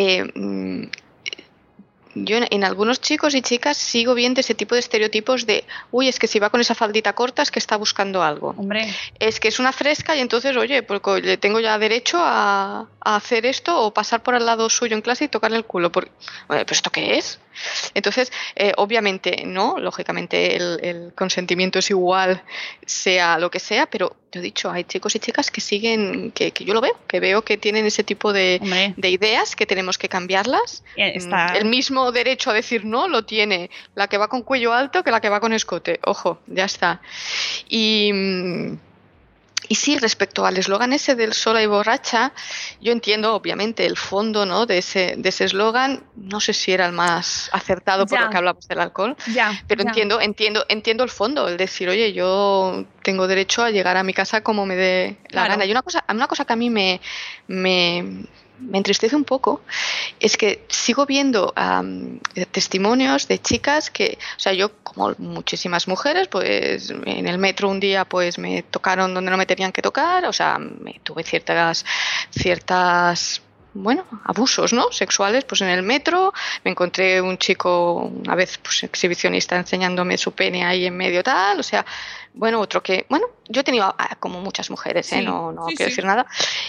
yo en algunos chicos y chicas sigo viendo ese tipo de estereotipos de, uy, es que si va con esa faldita corta es que está buscando algo. Hombre. Es que es una fresca y entonces, oye, porque le tengo ya derecho a hacer esto o pasar por al lado suyo en clase y tocarle el culo. ¿Pero esto qué es? Entonces, obviamente, no, lógicamente el consentimiento es igual, sea lo que sea, pero te he dicho, hay chicos y chicas que siguen, que yo lo veo, que veo que tienen ese tipo de ideas, que tenemos que cambiarlas. El mismo derecho a decir no lo tiene la que va con cuello alto que la que va con escote. Ojo, ya está. Y sí, respecto al eslogan ese del sola y borracha, yo entiendo obviamente el fondo, ¿no? de ese eslogan. No sé si era el más acertado por lo que hablamos del alcohol, pero entiendo el fondo, el decir, oye, yo tengo derecho a llegar a mi casa como me dé la gana. Y una cosa que a mí me entristece un poco es que sigo viendo testimonios de chicas que, o sea, yo como muchísimas mujeres, pues en el metro un día pues me tocaron donde no me tenían que tocar, o sea, tuve ciertas bueno, abusos, ¿no? Sexuales, pues en el metro me encontré un chico una vez pues exhibicionista enseñándome su pene ahí en medio tal, o sea, bueno, otro que, bueno, yo he tenido como muchas mujeres, no quiero decir nada.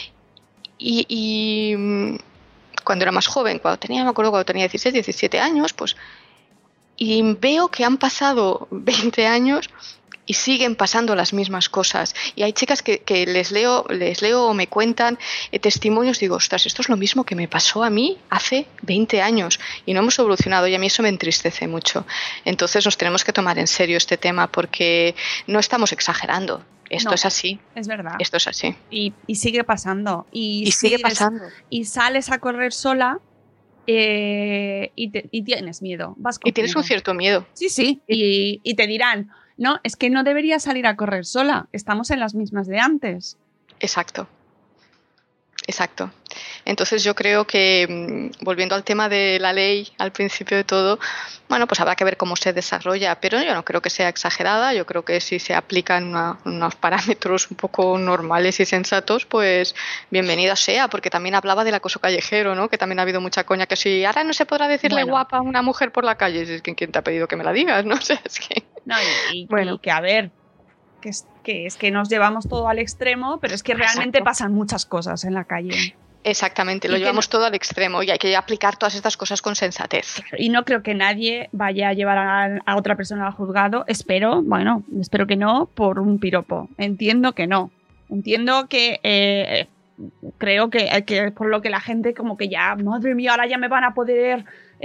Y cuando era más joven, cuando tenía 16, 17 años, pues, y veo que han pasado 20 años y siguen pasando las mismas cosas. Y hay chicas que les leo o me cuentan testimonios, digo, ostras, esto es lo mismo que me pasó a mí hace 20 años y no hemos evolucionado, y a mí eso me entristece mucho. Entonces nos tenemos que tomar en serio este tema porque no estamos exagerando. Esto es así. Es verdad. Esto es así. Y sigue pasando. Y sigue pasando. Y sales a correr sola y tienes miedo. Y tienes un cierto miedo. Sí. Y te dirán, no, es que no deberías salir a correr sola. Estamos en las mismas de antes. Exacto. Entonces yo creo que, volviendo al tema de la ley, al principio de todo, bueno, pues habrá que ver cómo se desarrolla, pero yo no creo que sea exagerada. Yo creo que si se aplican unos parámetros un poco normales y sensatos, pues bienvenida sea, porque también hablaba del acoso callejero, ¿no? Que también ha habido mucha coña que si ahora no se podrá decirle guapa a una mujer por la calle, es que ¿quién te ha pedido que me la digas? No sé, es que... No, y que a ver... Que es que nos llevamos todo al extremo, pero es que realmente pasan muchas cosas en la calle. Exactamente, lo llevamos todo al extremo y hay que aplicar todas estas cosas con sensatez. Y no creo que nadie vaya a llevar a otra persona al juzgado, espero que no, por un piropo. Entiendo que no. Entiendo que creo que por lo que la gente como que ya, madre mía, ahora ya me van a poder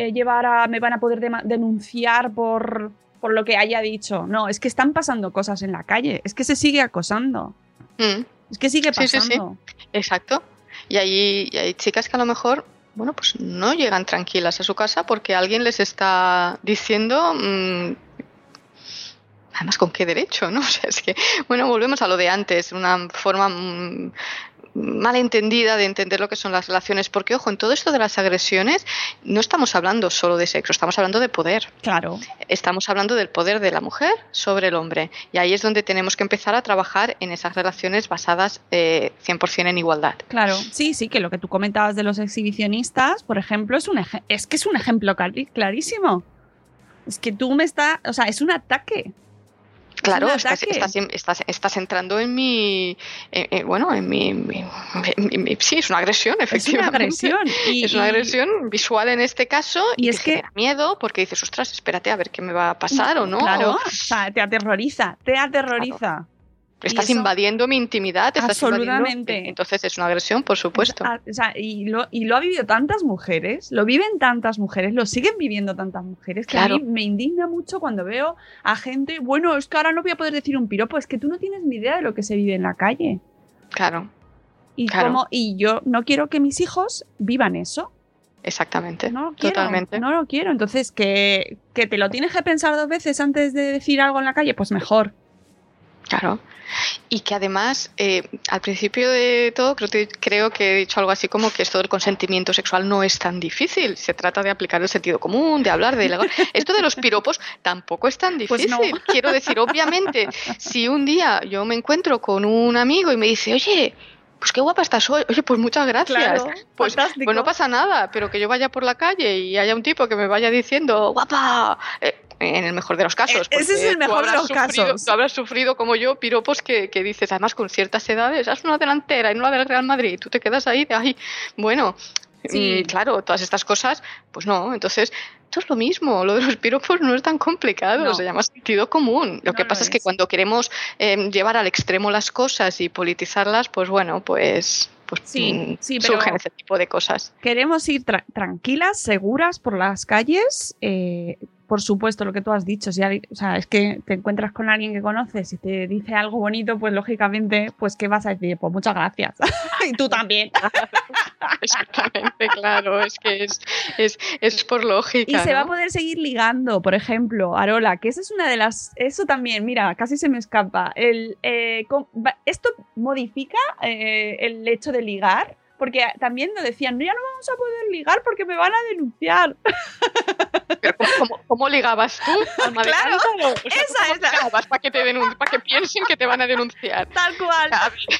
denunciar por lo que haya dicho. No, es que están pasando cosas en la calle, es que se sigue acosando. Es que sigue pasando. Sí. Exacto. Y hay chicas que a lo mejor, bueno, pues no llegan tranquilas a su casa porque alguien les está diciendo, además, ¿con qué derecho? ¿No? O sea, es que, bueno, volvemos a lo de antes, una forma malentendida de entender lo que son las relaciones, porque ojo, en todo esto de las agresiones no estamos hablando solo de sexo, estamos hablando de poder. Claro. Estamos hablando del poder de la mujer sobre el hombre, y ahí es donde tenemos que empezar a trabajar en esas relaciones basadas 100% en igualdad. Claro, sí, que lo que tú comentabas de los exhibicionistas, por ejemplo, es un ejemplo clarísimo. Es que es un ataque. Claro, estás entrando en mi... sí, es una agresión, efectivamente. Es una agresión. Es una agresión visual en este caso y es que genera miedo porque dices, ostras, espérate a ver qué me va a pasar o no. Claro, o sea, te aterroriza. Claro. Estás invadiendo mi intimidad. Absolutamente. Entonces es una agresión, por supuesto. Y lo ha vivido tantas mujeres, lo viven tantas mujeres, lo siguen viviendo tantas mujeres, que claro. A mí me indigna mucho cuando veo a gente, bueno, es que ahora no voy a poder decir un piropo, es que tú no tienes ni idea de lo que se vive en la calle. Claro. Y yo no quiero que mis hijos vivan eso. Exactamente, no lo quiero, totalmente. No lo quiero, entonces que te lo tienes que pensar 2 veces antes de decir algo en la calle, pues mejor. Claro. Y que además, al principio de todo, creo que he dicho algo así como que esto del consentimiento sexual no es tan difícil. Se trata de aplicar el sentido común, de hablar de... Esto de los piropos tampoco es tan difícil. Pues no. Quiero decir, obviamente, si un día yo me encuentro con un amigo y me dice, oye, pues qué guapa estás hoy. Oye, pues muchas gracias. Claro, pues no pasa nada, pero que yo vaya por la calle y haya un tipo que me vaya diciendo, guapa... en el mejor de los casos. Ese es el mejor de los casos. Tú habrás sufrido, como yo, piropos que dices, además con ciertas edades, haz una delantera y no la del Real Madrid, tú te quedas ahí, bueno, sí. Claro, todas estas cosas, pues no, entonces... Esto es lo mismo, lo de los piropos no es tan complicado, se llama sentido común. Lo que pasa es que cuando queremos llevar al extremo las cosas y politizarlas, pues bueno, pues surgen ese tipo de cosas. Queremos ir tranquilas, seguras por las calles. Por supuesto, lo que tú has dicho, o sea, es que te encuentras con alguien que conoces y te dice algo bonito, pues lógicamente, pues ¿qué vas a decir? Pues muchas gracias. Y tú también. Exactamente, claro, es que es por lógica. Y se va a poder seguir ligando, por ejemplo, Arola, que esa es una de las... Eso también, mira, casi se me escapa. Esto modifica el hecho de ligar, porque también nos decían, no, ya no vamos a poder ligar porque me van a denunciar. ¿Pero cómo ligabas tú? Claro, o sea, ¿cómo ligabas para que piensen que te van a denunciar? Tal cual.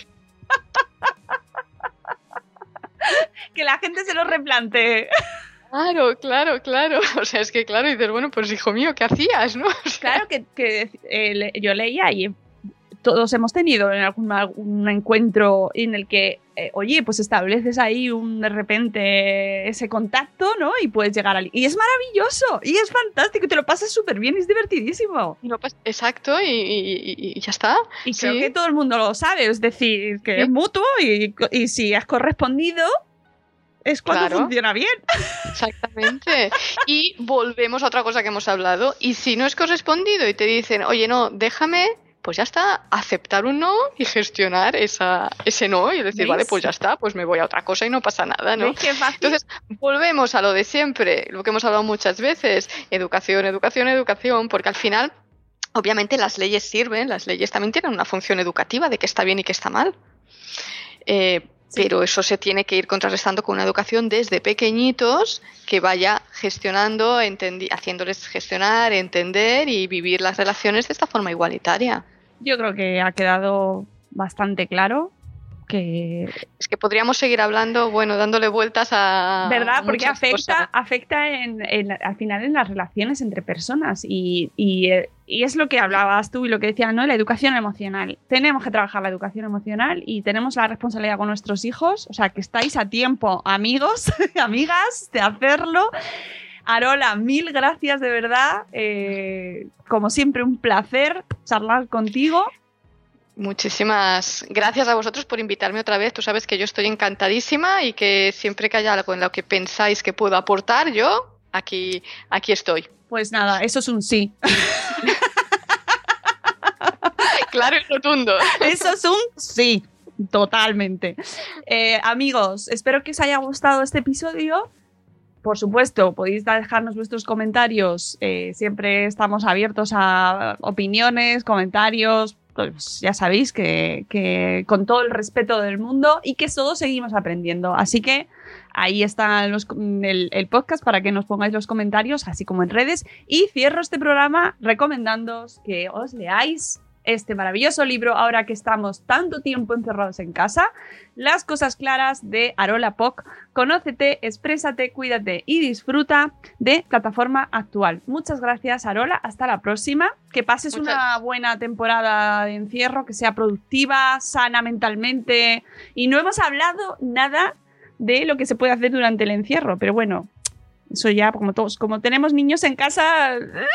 Que la gente se lo replantee. Claro. O sea, es que claro, dices, bueno, pues hijo mío, ¿qué hacías, no? O sea, claro que yo leía y todos hemos tenido en algún encuentro en el que, oye, pues estableces ahí de repente ese contacto, ¿no? Y puedes llegar al... Y es maravilloso, y es fantástico, y te lo pasas súper bien, y es divertidísimo. Exacto, y ya está. Y creo que todo el mundo lo sabe, es decir, que es mutuo, y si has correspondido... Es cuando funciona bien. Exactamente. Y volvemos a otra cosa que hemos hablado. Y si no es correspondido y te dicen, oye, no, déjame, pues ya está, aceptar un no y gestionar ese no y decir, vale, pues ya está, pues me voy a otra cosa y no pasa nada, ¿no? Entonces, volvemos a lo de siempre, lo que hemos hablado muchas veces, educación, educación, educación, porque al final, obviamente las leyes sirven, las leyes también tienen una función educativa de qué está bien y qué está mal. Pero eso se tiene que ir contrarrestando con una educación desde pequeñitos que vaya gestionando, haciéndoles gestionar, entender y vivir las relaciones de esta forma igualitaria. Yo creo que ha quedado bastante claro que... Es que podríamos seguir hablando, bueno, dándole vueltas a... ¿Verdad? Porque afecta al final en las relaciones entre personas y es lo que hablabas tú y lo que decías, ¿no? La educación emocional. Tenemos que trabajar la educación emocional y tenemos la responsabilidad con nuestros hijos, o sea, que estáis a tiempo, amigos, amigas, de hacerlo. Arola, mil gracias de verdad. Como siempre, un placer charlar contigo. Muchísimas gracias a vosotros por invitarme otra vez. Tú sabes que yo estoy encantadísima y que siempre que haya algo en lo que pensáis que puedo aportar, yo aquí estoy. Pues nada, eso es un sí. Claro y rotundo. Eso es un sí, totalmente. Amigos, espero que os haya gustado este episodio. Por supuesto, podéis dejarnos vuestros comentarios. Siempre estamos abiertos a opiniones, comentarios. Pues ya sabéis que con todo el respeto del mundo y que todos seguimos aprendiendo. Así que ahí está el podcast para que nos pongáis los comentarios, así como en redes. Y cierro este programa recomendándoos que os leáis este maravilloso libro, ahora que estamos tanto tiempo encerrados en casa, Las cosas claras, de Arola Poch. Conócete, exprésate, cuídate y disfruta, de Plataforma Actual. Muchas gracias, Arola. Hasta la próxima. Que pases una buena temporada de encierro, que sea productiva, sana mentalmente. Y no hemos hablado nada de lo que se puede hacer durante el encierro, pero bueno, eso ya, como tenemos niños en casa...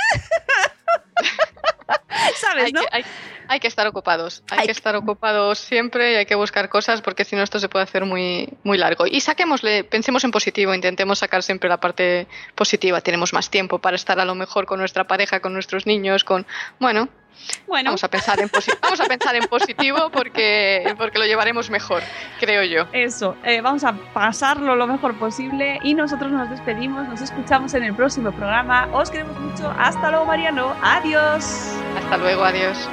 ¿Sabes, no? Hay que estar ocupados. Hay que estar ocupados siempre y hay que buscar cosas, porque si no esto se puede hacer muy, muy largo. Y pensemos en positivo, intentemos sacar siempre la parte positiva. Tenemos más tiempo para estar a lo mejor con nuestra pareja, con nuestros niños, Bueno, vamos a pensar en positivo porque lo llevaremos mejor, creo yo. Eso, vamos a pasarlo lo mejor posible y nosotros nos despedimos, nos escuchamos en el próximo programa. Os queremos mucho. Hasta luego, Mariano. Adiós. Hasta luego, adiós.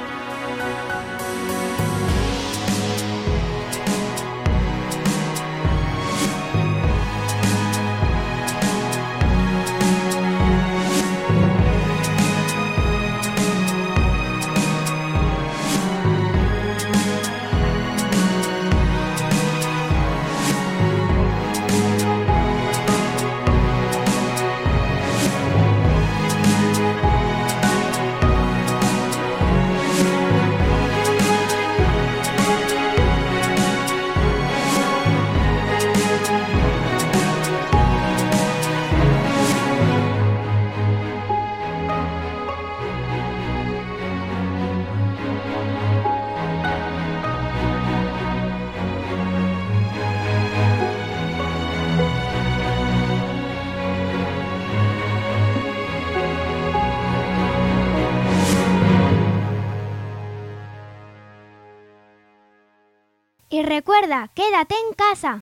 Y recuerda, quédate en casa.